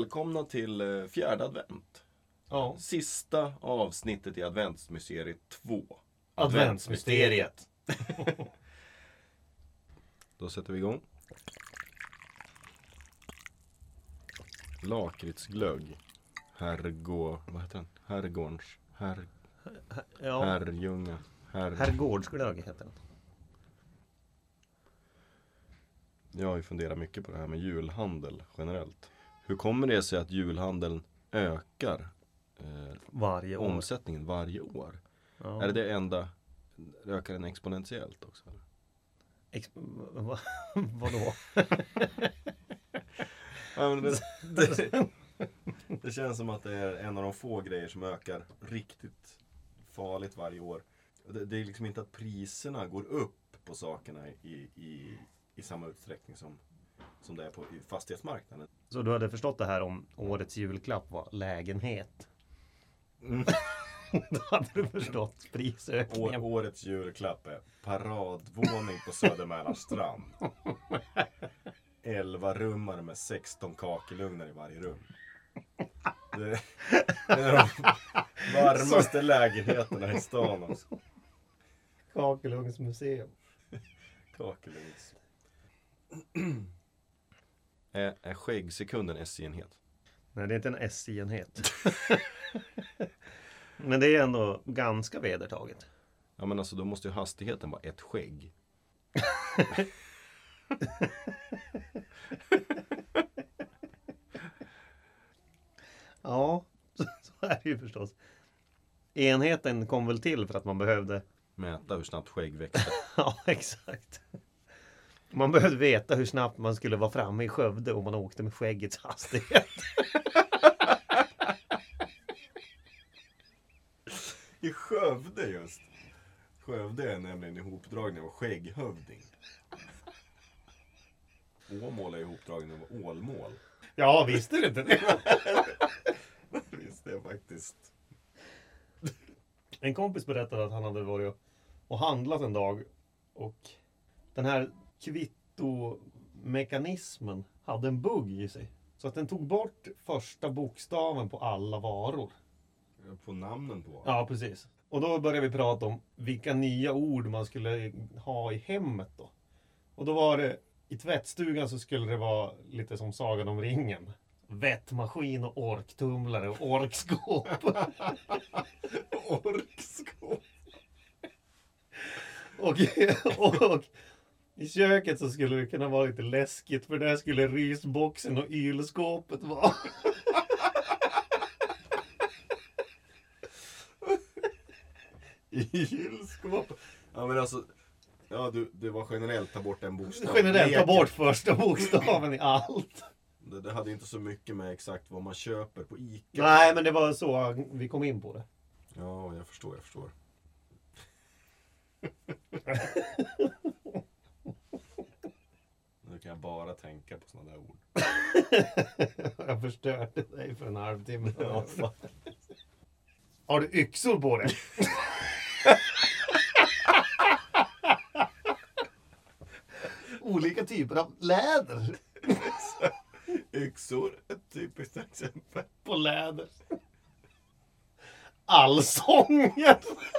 välkomna till fjärde advent. Ja. Sista avsnittet i adventsmysteriet 2. Adventsmysteriet. Då sätter vi igång. Lakritsglögg. Vad heter den? Herrgårdens. Herrljunga. Herrgårdsglögg heter den. Jag har ju funderat mycket på det här med julhandel generellt. Hur kommer det sig att julhandeln ökar Varje år. omsättningen varje år? Ja. Är det enda? Ökar den exponentiellt också? Vadå? Ja, men det känns som att det är en av de få grejer som ökar riktigt farligt varje år. Det är liksom inte att priserna går upp på sakerna i samma utsträckning som det är på fastighetsmarknaden. Så du hade förstått det här om årets julklapp var lägenhet? Mm. Då hade du förstått prisökningen. Årets julklapp är paradvåning på Södermälarstrand. 11 rummar med 16 kakelugnar i varje rum. Det är de varmaste lägenheterna i stan också. Kakelugnsmuseum. Kakelugns. Är skäggsekunden SI-enhet? Nej, det är inte en SI-enhet. Men det är ändå ganska vedertaget. Ja, men alltså då måste ju hastigheten vara ett skägg. Ja, så är det ju förstås. Enheten kom väl till för att man behövde... Mäta hur snabbt skägg växer. Ja, exakt. Man behövde veta hur snabbt man skulle vara framme i Skövde om man åkte med skäggets hastighet. I Skövde just. Skövde är nämligen ihopdragning av skägghövding. Åmål är ihopdragning av ålmål. Ja, visste du inte det? Visst, det är faktiskt. En kompis berättade att han hade varit och handlat en dag och den här kvittomekanismen hade en bugg i sig. Så att den tog bort första bokstaven på alla varor. På namnen på. Ja, precis. Och då började vi prata om vilka nya ord man skulle ha i hemmet då. Och då var det, i tvättstugan så skulle det vara lite som Sagan om ringen. Vettmaskin och orktumlare och orkskåp. Orkskåp. Och i köket så skulle det kunna vara lite läskigt för där skulle rysboxen och ylskåpet vara. Ylskåp. Ja, men alltså. Ja, det var generellt ta bort en bokstav. Generellt ta bort första bokstaven i allt. Det hade inte så mycket med exakt vad man köper på ICA. Nej, men det var så vi kom in på det. Ja, jag förstår. Nu kan jag bara tänka på sådana där ord. Jag förstörde dig för en halvtimme. Ja, har du yxor på dig? Olika typer av läder. Yxor, ett typiskt exempel. På läder. Allsånger.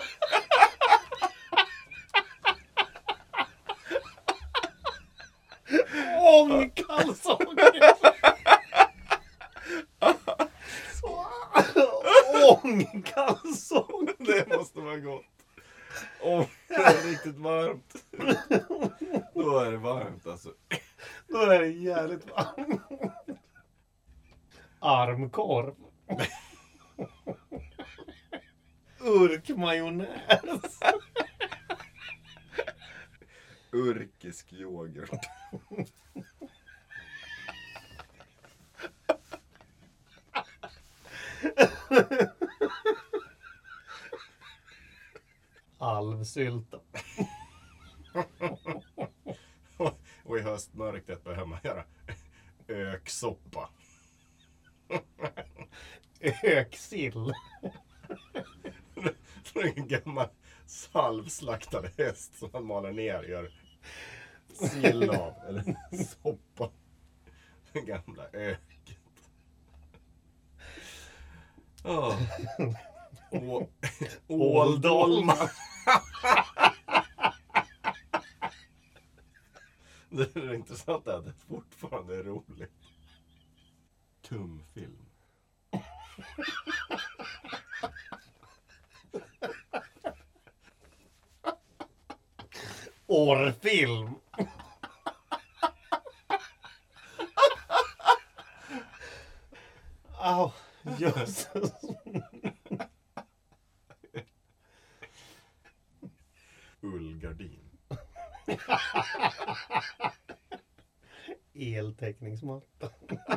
Ångkalsonger. Ångkalsonger. Det måste vara gott. Om det är riktigt varmt. Då är det varmt alltså. Då är det jävligt varmt. Armkorv. Urkmajonnäs. Urkisk yoghurt. Alvsylta. Och i höstmörkret behöver man göra öksoppa. Öksill. En gammal salvslaktad häst som man maler ner och gör sill av. Eller soppa. Den gamla öket. Ja. Åldolmar. Det är intressant att det fortfarande är roligt. Tumfilm. Orrfilm. Au, jösses. Ullgardin. Eltäckningsmatta.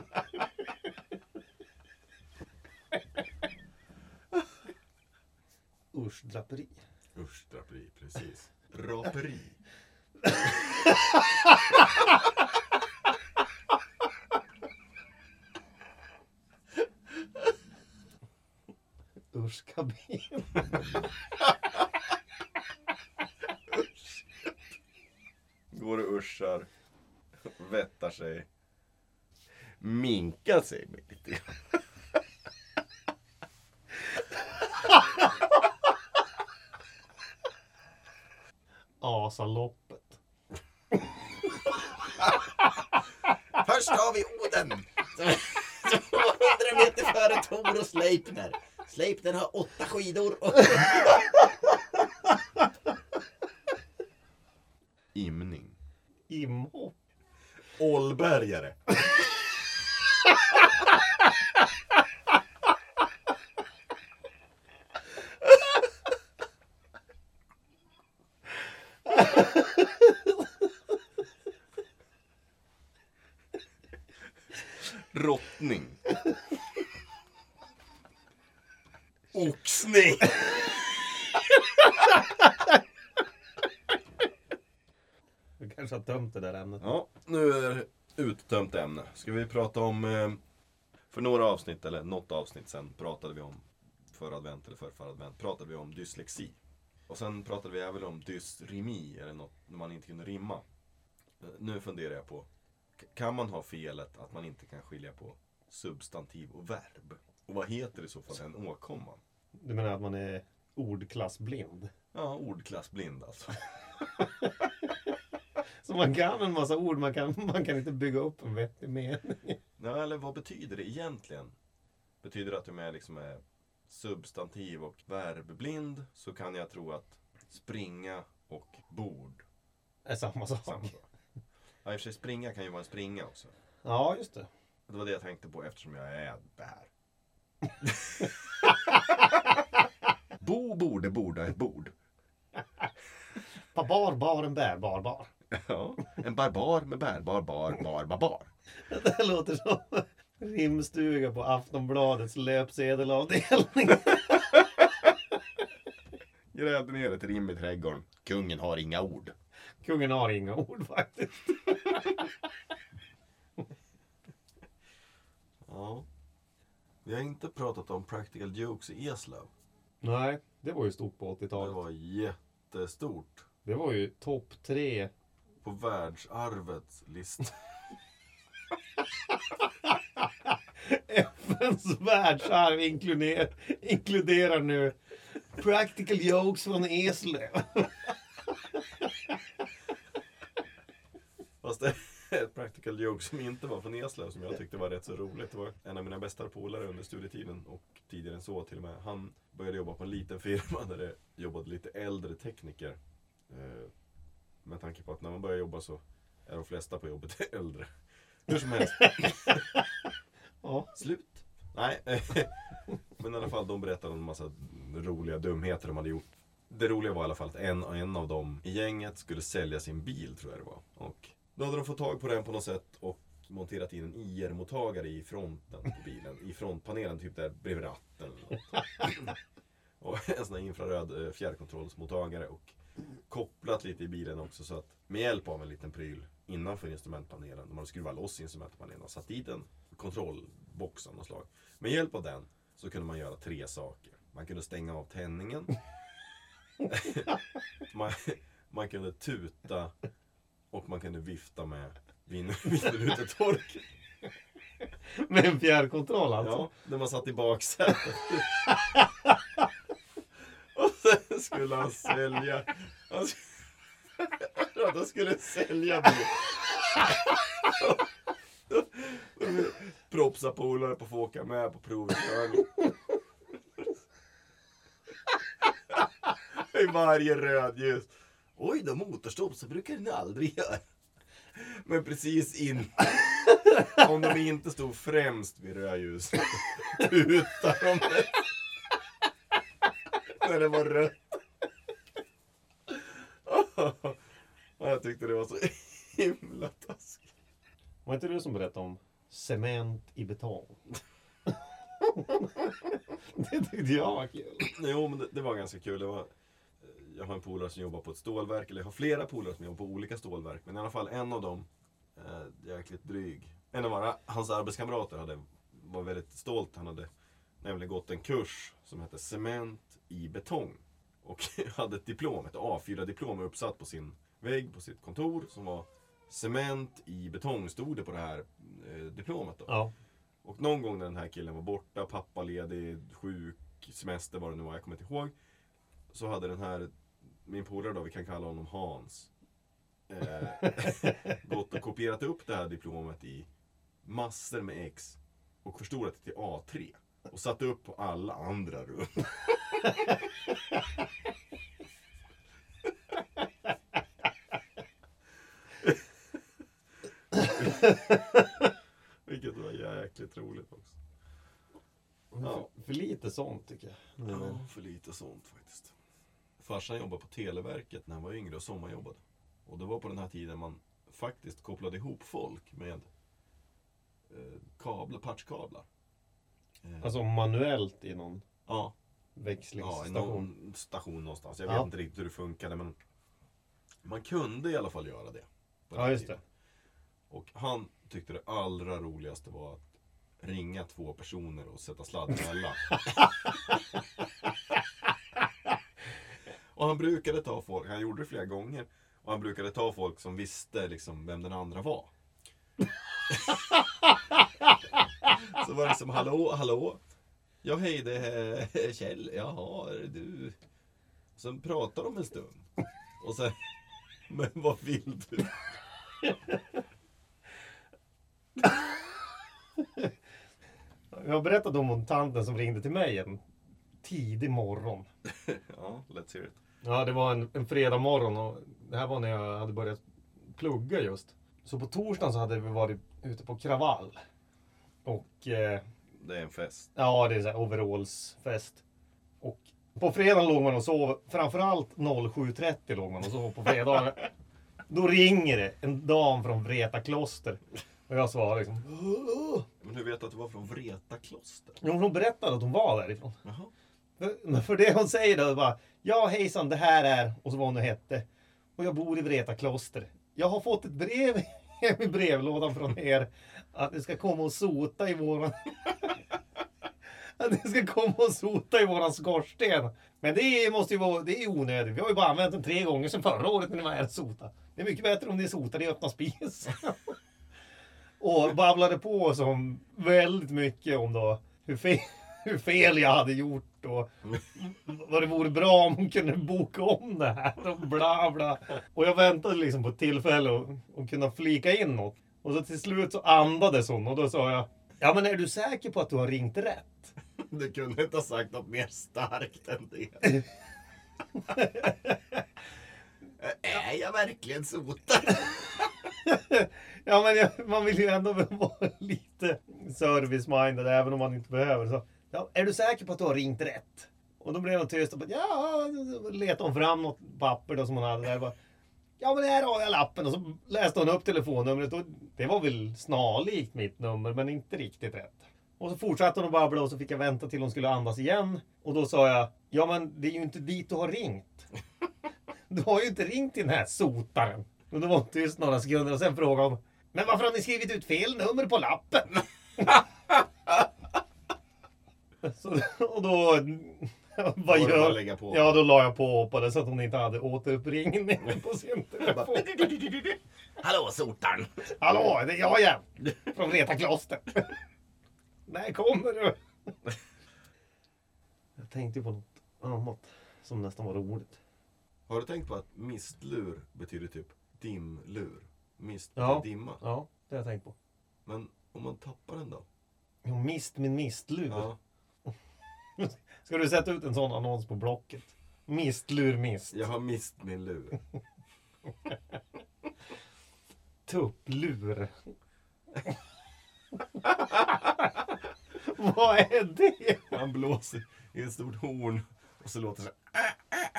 Uschdraperi. Uschdraperi, precis. Raperi. Uschkabin. Går och uschar. Vättar sig. Minkar sig med lite grann. Asaloppet. Först har vi Oden. 200 meter före Tor och Sleipner. Sleipner har 8 skidor. Imning. Imhopp. Ålbergare. Rottning. Oxning. Du kanske har tömt det där ämnet. Ja, nu är det uttömt ämne. Ska vi prata om, för några avsnitt, eller något avsnitt sen pratade vi om, förra advent eller förra advent, pratade vi om dyslexi. Och sen pratade vi även om dysrimi, eller något när man inte kunde rimma. Nu funderar jag på, kan man ha felet att man inte kan skilja på substantiv och verb? Och vad heter i så fall den åkomman? Du menar att man är ordklassblind? Ja, ordklassblind alltså. Så man kan en massa ord, man kan inte bygga upp en vettig mening. Ja, eller vad betyder det egentligen? Betyder det att jag liksom är substantiv och verbblind, så kan jag tro att springa och bord Är samma sak. samma sak. Ja, i och för sig springa kan ju vara en springa också. Ja, just det. Det var det jag tänkte på eftersom jag är bär. Borde borda ett bord. Bar, en bär, bar. Ja, en barbar med bärbar, barbar. Det här låter som rimstuga på Aftonbladets löpsedelavdelning. Grävde ner ett rim i trädgården. Kungen har inga ord. Kungen har inga ord faktiskt. Ja. Vi har inte pratat om practical jokes i Eslöv. Nej, det var ju stort på Det 80-talet. var jättestort. Det var ju topp 3. På världsarvets lista. FNs världsarv inkluderar nu practical jokes från Eslöv. Fast det är ett practical joke som inte var från Eslöv, som jag tyckte var rätt så roligt. Det var en av mina bästa polare under studietiden, och tidigare än så till och med. Han började jobba på en liten firma där det jobbade lite äldre tekniker. Med tanke på att när man börjar jobba så är de flesta på jobbet äldre. Hur som helst. Ja. Slut. Nej. Men i alla fall, de berättade om en massa roliga dumheter de hade gjort. Det roliga var i alla fall att en av dem i gänget skulle sälja sin bil, tror jag det var. Och då hade de fått tag på den på något sätt och monterat in en IR-mottagare i fronten på bilen. I frontpanelen, typ där bredvid ratten. Och en sån här infraröd fjärrkontrollsmottagare, och kopplat lite i bilen också, så att med hjälp av en liten pryl innanför instrumentpanelen, när man skruvar loss instrumentpanelen och satt dit en kontrollbox av något slag. Med hjälp av den så kunde man göra 3 saker. Man kunde stänga av tändningen. man kunde tuta, och man kunde vifta med vindrutetork. Med en fjärrkontroll alltså. Ja, när man satt i baksätet. Och sen skulle han sälja. Han skulle sälja bil. Propsa polare på att få åka med på provkörning. I varje rödljus. Oj då, motorstopp så brukar den aldrig göra. Men precis in. Om de inte stod främst vid rödljus. Tutar de när det var rött. Jag tyckte det var så himla taskigt. Var inte du som berättade om cement i betong? Det tyckte jag var kul. Jo, men det var ganska kul. Jag har en polare som jobbar på ett stålverk. Eller jag har flera polare som jobbar på olika stålverk. Men i alla fall en av dem jäkligt dryg. En av hans arbetskamrater var väldigt stolt. Han hade nämligen gått en kurs som hette cement i betong. Och hade ett diplom, ett A4-diplom uppsatt på sin vägg på sitt kontor. Som var cement i betong, stod det på det här diplomet då. Ja. Och någon gång när den här killen var borta, pappa ledig, sjuk, semester, vad det nu var, jag kommer inte ihåg. Så hade den här, min polare då, vi kan kalla honom Hans, gått och kopierat upp det här diplomet i massor med X och förstorat det till A3 och satt upp på alla andra rum. Vilket var jäkligt roligt också. Ja. För lite sånt tycker jag. Ja, för lite sånt faktiskt. Farsan jobbade på Televerket när han var yngre och sommarjobbade. Och det var på den här tiden man faktiskt kopplade ihop folk med patchkablar. Alltså manuellt i någon Ja, växlingsstation. i någon station någonstans. Jag vet inte riktigt hur det funkade, men man kunde i alla fall göra det. Ja, just det. Och han tyckte det allra roligaste var att ringa 2 personer och sätta sladd emellan. Och han brukade ta folk, han gjorde det flera gånger. Och han brukade ta folk som visste liksom vem den andra var. Så var det som, hallå. Ja, hej, det är Kjell. Jaha, är det du? Sen pratar de en stund. Och sen, men vad vill du? Jag har berättat om tanten som ringde till mig en tidig morgon. Ja, let's hear it. Ja, det var en fredag morgon och det här var när jag hade börjat plugga just. Så på torsdagen så hade vi varit ute på kravall. Och Det är en fest. ja, det är så här overallsfest. Och på fredagen låg man och sov, framförallt 07.30 låg man och sov på fredagen. Då ringer det en dam från Vreta kloster. Och jag svarar liksom... Men hur vet du att du var från Vreta kloster? Jo, hon berättade att hon var därifrån. Jaha. Men för det hon säger då bara... Ja, hejsan, det här är... Och så vad hon nu hette. Och jag bor i Vreta kloster. Jag har fått ett brev hem i brevlådan från er. Att det ska komma och sota i våran... Att det ska komma och sota i våran skorsten. Men det måste ju vara... Det är onödigt. Vi har ju bara använt den 3 gånger sedan förra året när ni var här och sota. Det är mycket bättre om ni sotar i öppna spis. Och babblade på som väldigt mycket om då hur fel jag hade gjort och vad det vore bra om hon kunde boka om det här och bla bla. Och jag väntade liksom på ett tillfälle att kunna flika in något. Och så till slut så andades hon och då sa jag: ja, men är du säker på att du har ringt rätt? Du kunde inte ha sagt något mer starkt än det. Är jag verkligen sotad? Ja, men man vill ju ändå vara lite service-minded även om man inte behöver. Så, ja, är du säker på att du har ringt rätt? Och då blev hon tyst och bara, ja, letade hon fram något papper då som hon hade där. Bara, ja, men här har jag lappen. Och så läste hon upp telefonnumret och det var väl snarlikt mitt nummer, men inte riktigt rätt. Och så fortsatte hon att babbla och så fick jag vänta till hon skulle andas igen. Och då sa jag, ja, men det är ju inte dit du har ringt. Du har ju inte ringt till den här sotaren. Och då var hon tyst några sekunder och sen frågade hon, men varför har ni skrivit ut fel nummer på lappen? Så, och då... Vad gör? Lägga på. Ja, då la jag på och hoppade så att hon inte hade återuppringning på sin telefon. Hallå, sotaren! Hallå, det är jag igen. Från Vreta kloster. När kommer du? Jag tänkte på något annat som nästan var roligt. Har du tänkt på att mistlur betyder typ dimlur? Mist Ja. betyder dimma. Ja, det har jag tänkt på. Men om man tappar den då? Jag har mist min mistlur. Ja. Ska du sätta ut en sån annons på Blocket? Mistlur mist. Jag har mist min lur. Tupplur. Vad är det? Han blåser i ett stort horn och så låter det så här.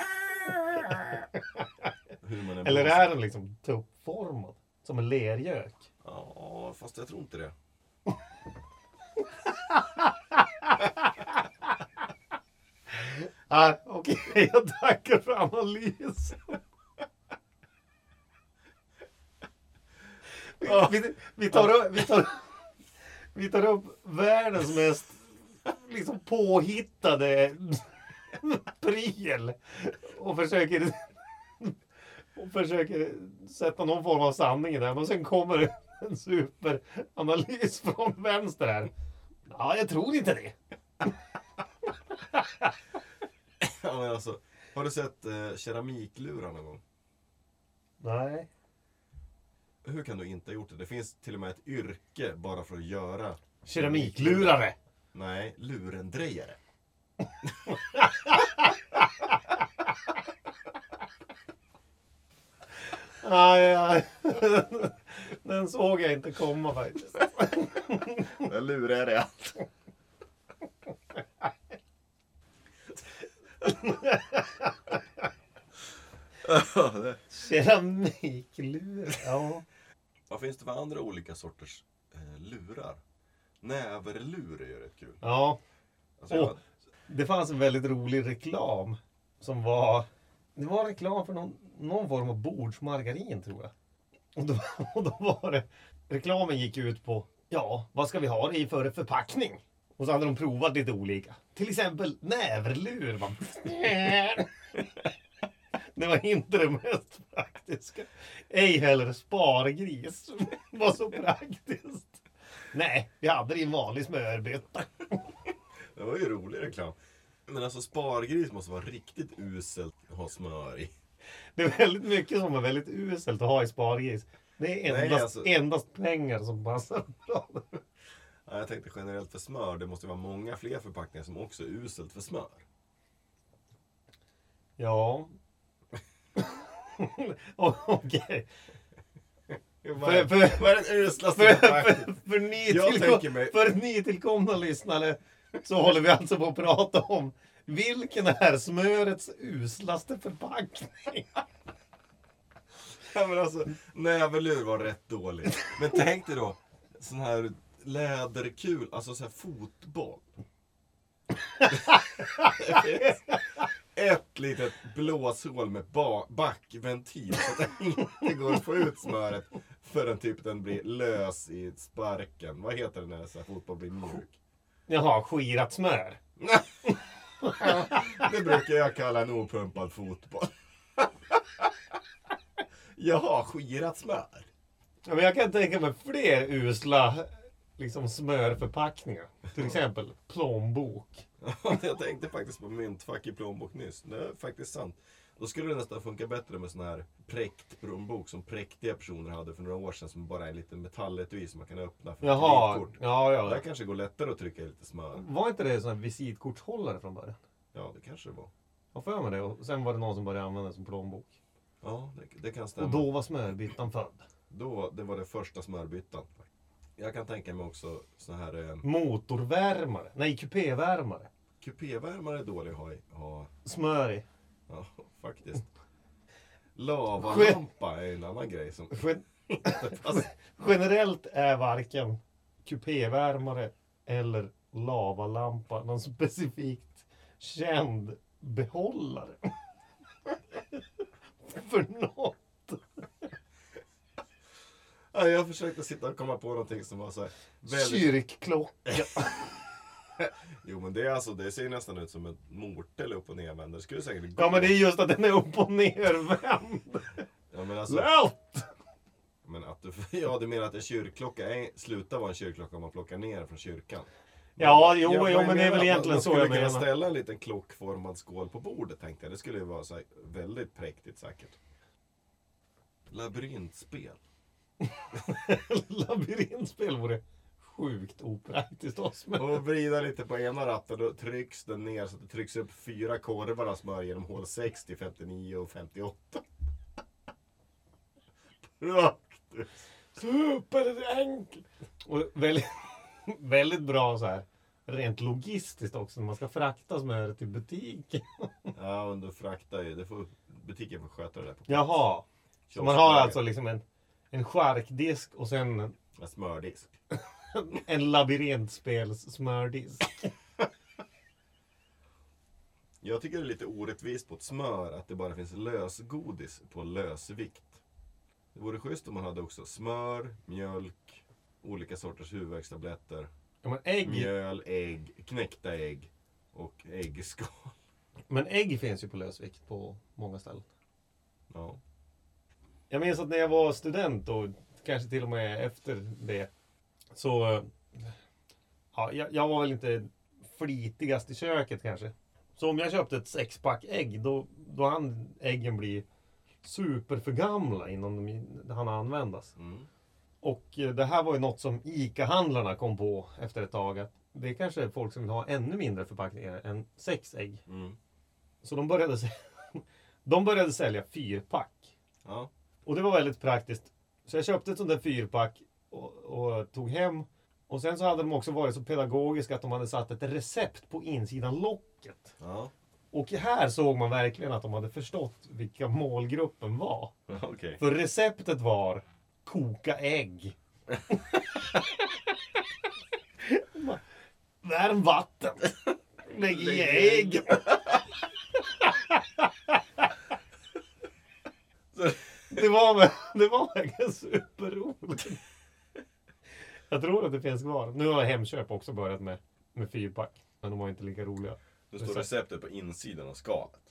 Hur man än Eller blåser. är den liksom tuppformad? Som en lergök? Ja, fast jag tror inte det. Okej, jag tackar för analysen. Vi tar upp världens mest liksom påhittade pryl och försöker sätta någon form av sanning i den, och sen kommer det en superanalys från vänster här. Ja, jag tror inte det. Ja, men alltså, har du sett keramiklurar någon gång? Nej. Hur kan du inte ha gjort det? Det finns till och med ett yrke bara för att göra Keramiklurare. Nej, lurendrejare. Aj. Den såg jag inte komma faktiskt. Jag lurar det allt. Keramiklur. Ja. Vad finns det för andra olika sorters lurar? Näverlur är ju rätt kul. Ja. Alltså, jag, Det fanns en väldigt rolig reklam som var... Det var reklam för någon form av bordsmargarin, tror jag. Och då var det... Reklamen gick ut på... Ja, vad ska vi ha det i för förpackning? Och så hade de provat lite olika. Till exempel näverlur. Man. Det var inte det mest praktiska. Ej heller spargris. Det var så praktiskt. Nej, vi hade det i en vanlig smörbytta. det var ju rolig reklam. Men alltså spargris måste vara riktigt uselt att ha smör i. Det är väldigt mycket som är väldigt uselt att ha i spargris. Det är endast pengar som passar bra. Ja, jag tänkte generellt för smör. Det måste vara många fler förpackningar som också är uselt för smör. Ja. Okej. Vad är den uslaste förpackningen? För nytillkomna lyssnare så håller vi alltså på att prata om vilken är smörets uslaste förpackning. Ja, men alltså, näverlur var rätt dåligt. Men tänk dig då, sån här läderkul, alltså så här fotboll. Ett litet blåshål med backventil så att det inte går att få ut smöret förrän typ den blir lös i sparken. Vad heter det när så här fotboll blir mjuk? Jaha, skirat smör. Det brukar jag kalla en opumpad fotboll. Jaha, skirat smör. Ja, men jag kan tänka mig fler usla liksom smörförpackningar. Till exempel plånbok. Jag tänkte faktiskt på myntfack i plånbok nyss. Det är faktiskt sant. Då skulle det nästan funka bättre med sån här präkt plånbok som präktiga personer hade för några år sedan, som bara är en liten metalletui som man kan öppna för kreditkort. Ja. Där kanske går lättare att trycka i lite smör. Var inte det sån här visitkortshållare från början? Ja, det kanske det var. Jag för mig det. Och sen var det någon som började använda det som plånbok. Ja, det kan stämma. Och då var smörbyttan född. Det var det första smörbyttan. Jag kan tänka mig också så här... Motorvärmare. Nej, kupévärmare. Kupévärmare är dålig att ha. Smör i. Ja, faktiskt. Lavalampa är en annan grej som... Generellt är varken kupévärmare eller lavalampa någon specifikt känd behållare. För något. Ja, jag försökte sitta och komma på någonting som var så här väldigt... Kyrkklocka. Jo, men det är alltså, det ser nästan ut som en mortel upp och nervänd. Det skulle säkert gå. Ja, men det är just att den är upp och nervänd. Ja, men alltså... Lätt! Men att du... Ja, du menar att en kyrkklocka slutar vara en kyrkklocka om man plockar ner från kyrkan? Ja, jo, Jag men det är menar väl att egentligen man så jag skulle kunna menar. ställa en liten klockformad skål på bordet, tänkte jag. Det skulle ju vara så här väldigt präktigt säkert. Labyrintspel. Labyrintspel vore sjukt opraktiskt oss. Men... Och vrida lite på ena ratten, då trycks den ner så att det trycks upp 4 korvar av smör genom hål 60, 59 och 58. Praktiskt. Superenkelt! Och väldigt, väldigt bra så här rent logistiskt också när man ska frakta smöret till butiken. Ja, men då fraktar ju. Butiken får sköta det där på plats. Jaha. Så man har alltså liksom en charkdisk och sen En smördisk. en labyrintspels smördisk. Jag tycker det är lite orättvist mot smör att det bara finns lösgodis på lösvikt. Det vore schysst om man hade också smör, mjölk, olika sorters huvudvärkstabletter, Ja, men ägg, mjöl, ägg, knäckta ägg och äggskal. men ägg finns ju på lösvikt på många ställen. Ja. Jag minns att när jag var student och kanske till och med efter det så ja, jag var väl inte flitigast i köket kanske. Så om jag köpte ett 6-pack ägg då hann äggen bli super för gamla innan de hann användas. Mm. Och det här var ju något som ICA-handlarna kom på efter ett tag. Att det är kanske folk som vill ha ännu mindre förpackningar än 6 ägg. Mm. Så de började sälja 4-pack. Ja. Och det var väldigt praktiskt. Så jag köpte ett sånt där 4-pack och tog hem. Och sen så hade de också varit så pedagogiska att de hade satt ett recept på insidan locket. Ja. Och här såg man verkligen att de hade förstått vilka målgruppen var. Okej. För receptet var koka ägg. Värm vatten. Lägg i ägg. Det var verkligen superroligt. Jag tror att det finns kvar. Nu har Hemköp också börjat med 4-pack. Men de var inte lika roliga. Nu står receptet på insidan av skalet.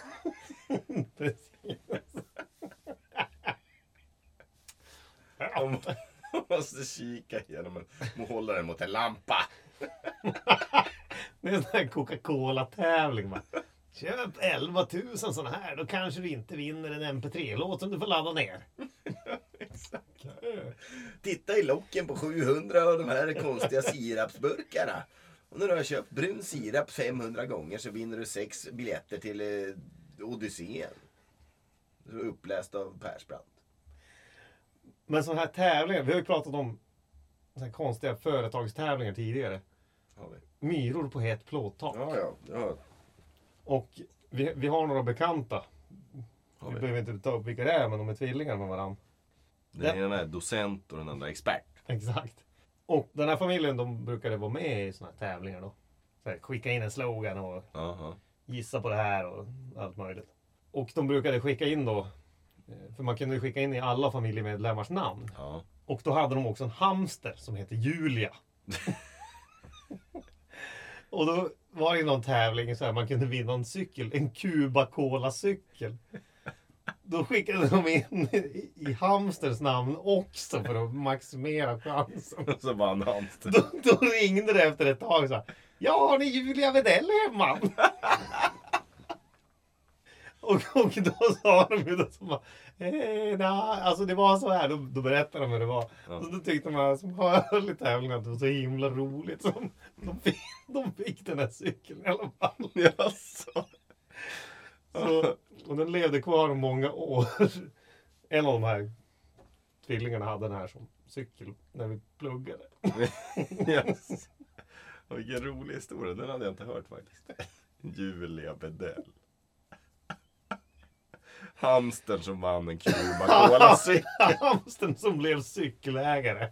Man måste kika igenom och hålla den mot en lampa. Det är en sån här Coca-Cola-tävling. Va? Köp 11 000 såna här, då kanske du inte vinner en MP3-låt som du får ladda ner. Exakt. Titta i locken på 700 av de här konstiga sirapsburkarna. Och när du har köpt brun sirap 500 gånger så vinner du 6 biljetter till Odysseen. Uppläst av Persbrandt. Men sådana här tävlingar, vi har ju pratat om såna här konstiga företagstävlingar tidigare. Har vi. Myror på ett plåttak. Ja. Och vi har några bekanta. Har Vi vi. behöver inte ta upp vilka det är, men de är tvillingar med varandra. Den ena är docent och den andra expert. Exakt. Och den här familjen, de brukade vara med i såna här tävlingar då. Så här, skicka in en slogan och Aha. gissa på det här och allt möjligt. Och de brukade skicka in då, för man kunde skicka in i alla familjemedlemmars namn. Ja. Och då hade de också en hamster som heter Julia. Och då var det någon tävling så här, man kunde vinna en cykel, en Cuba Cola-cykel. Då skickade de in i hamsters namn också för att maximera chansen. Och så vann hamster. Då ringde det efter ett tag så här, ja, har ni Julia Wedell hemma? Och då sa de ju då som bara, nej, alltså det var så här, då berättade de hur det var. Ja. Så då tyckte man som höll i tävlingen att det var så himla roligt som de fick den här cykeln i alla fall. Jaså. Så, och den levde kvar många år. En av de här tvillingarna hade den här som cykel när vi pluggade. Yes. Och vilken rolig historia, den hade jag inte hört faktiskt. Julia Bedell. Hamstern som vann en Cuba Cola-cykel. Hamstern som blev cykelägare.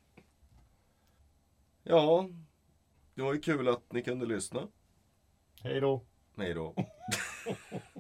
Ja, det var ju kul att ni kunde lyssna. Hej då. Hej då.